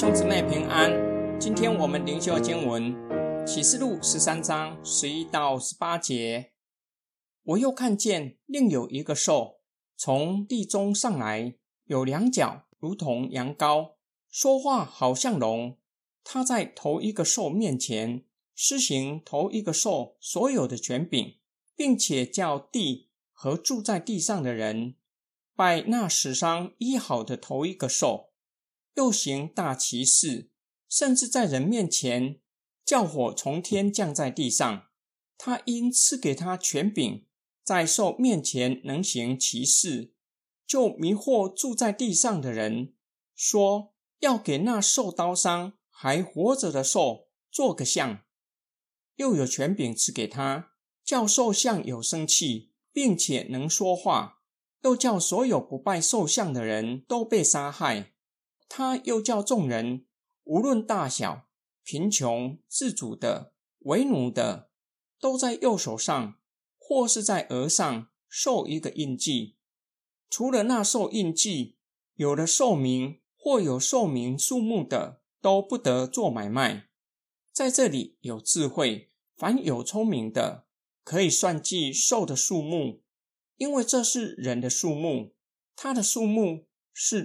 兄姊妹平安。今天我们灵修经文启示录13章11到18节。我又看见另有一个兽从地中上来，有两角，如同羊羔，说话好像龙。他在头一个兽面前施行头一个兽所有的权柄，并且叫地和住在地上的人拜那使伤医好的头一个兽，又行大奇事，甚至在人面前叫火从天降在地上。他因赐给他权柄，在兽面前能行奇事，就迷惑住在地上的人，说要给那受刀伤还活着的兽做个像。又有权柄赐给他，叫兽像有生气，并且能说话，又叫所有不拜兽像的人都被杀害。他又叫众人，无论大小、贫穷、自主的、为奴的，都在右手上或是在额上受一个印记。除了那受印记，有了寿名或有寿名数目的，都不得做买卖。在这里有智慧，凡有聪明的，可以算计兽的数目，因为这是人的数目，他的数目是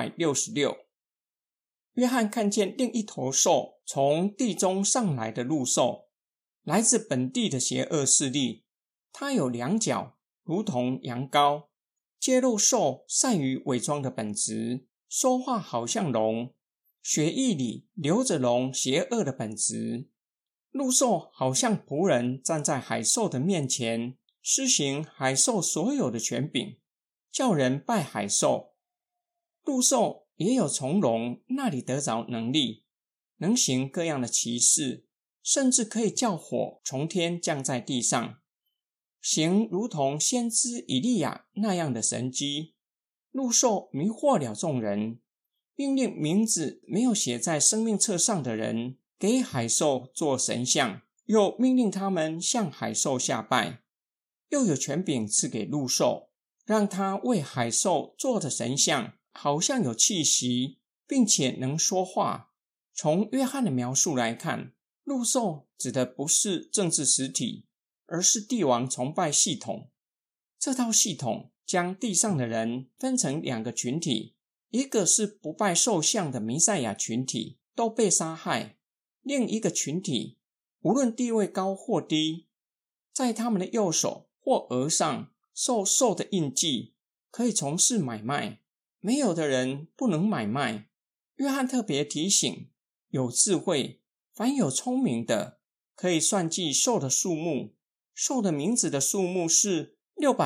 666。约翰看见另一头兽从地中上来的陆兽，来自本地的邪恶势力。它有两角，如同羊羔，揭露兽善于伪装的本质，说话好像龙，血液里流着龙邪恶的本质。陆兽好像仆人站在海兽的面前，施行海兽所有的权柄，叫人拜海兽。陆兽也有从龙那里得着能力，能行各样的奇事，甚至可以叫火从天降在地上，行如同先知以利亚那样的神迹。陆兽迷惑了众人，命令名字没有写在生命册上的人给海兽做神像，又命令他们向海兽下拜。又有权柄赐给陆兽，让他为海兽做的神像好像有气息，并且能说话。从约翰的描述来看，陆兽指的不是政治实体，而是帝王崇拜系统。这套系统将地上的人分成两个群体，一个是不拜兽像的弥赛亚群体，都被杀害；另一个群体，无论地位高或低，在他们的右手或额上受兽的印记，可以从事买卖。没有的人不能买卖。约翰特别提醒，有智慧，凡有聪明的，可以算计兽的数目，兽的名字的数目是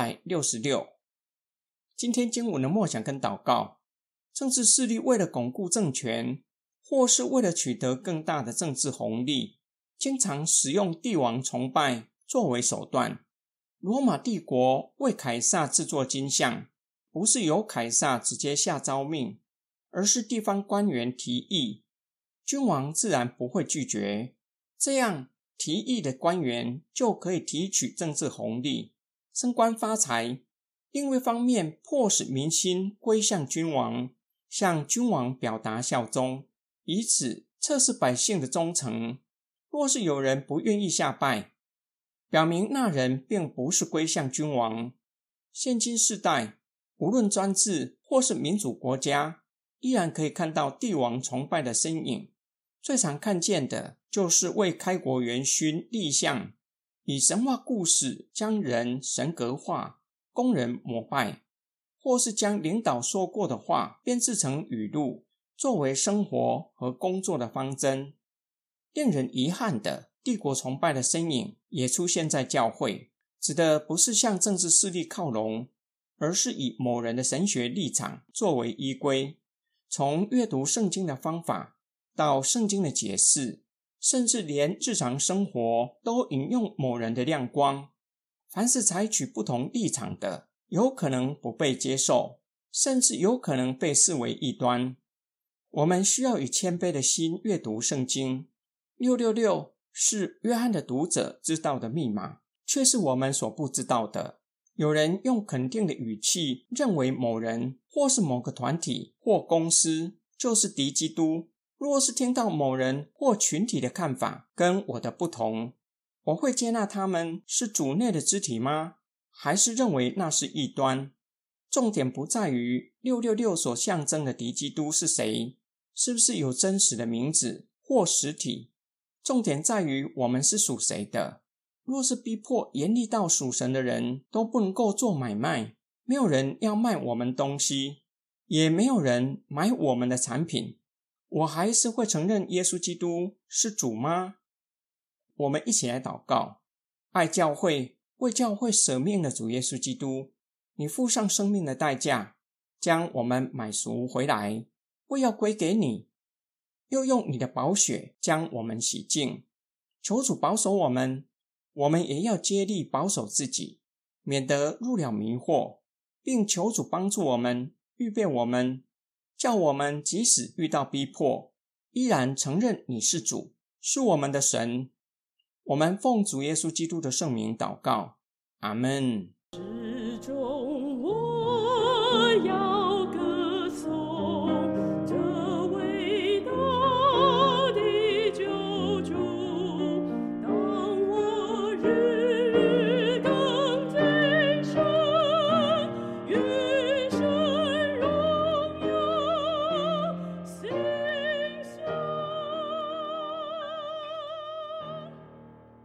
666。今天经文的默想跟祷告，政治势力为了巩固政权，或是为了取得更大的政治红利，经常使用帝王崇拜作为手段。罗马帝国为凯撒制作金像，不是由凯撒直接下诏命，而是地方官员提议，君王自然不会拒绝，这样提议的官员就可以提取政治红利，升官发财。另一方面，迫使民心归向君王，向君王表达效忠，以此测试百姓的忠诚。若是有人不愿意下拜，表明那人并不是归向君王。现今世代，无论专制或是民主国家，依然可以看到帝王崇拜的身影。最常看见的就是为开国元勋立像，以神话故事将人神格化，供人膜拜，或是将领导说过的话编制成语录，作为生活和工作的方针。令人遗憾的，帝国崇拜的身影也出现在教会，指的不是向政治势力靠拢，而是以某人的神学立场作为依归，从阅读圣经的方法到圣经的解释，甚至连日常生活都引用某人的亮光。凡是采取不同立场的，有可能不被接受，甚至有可能被视为异端。我们需要以谦卑的心阅读圣经。666是约翰的读者知道的密码，却是我们所不知道的。有人用肯定的语气认为某人或是某个团体或公司就是敌基督， 若是听到某人或群体的看法跟我的不同，我会接纳他们是主内的肢体吗？还是认为那是异端？重点不在于666所象征的敌基督是谁，是不是有真实的名字或实体，重点在于我们是属谁的。若是逼迫严厉到属神的人都不能够做买卖，没有人要卖我们东西，也没有人买我们的产品，我还是会承认耶稣基督是主吗？我们一起来祷告。爱教会，为教会舍命的主耶稣基督，你付上生命的代价，将我们买赎回来，为要归给你，又用你的宝血将我们洗净。求主保守我们也要竭力保守自己，免得入了迷惑，并求主帮助我们，预备我们，叫我们即使遇到逼迫，依然承认你是主，是我们的神。我们奉主耶稣基督的圣名祷告，阿们。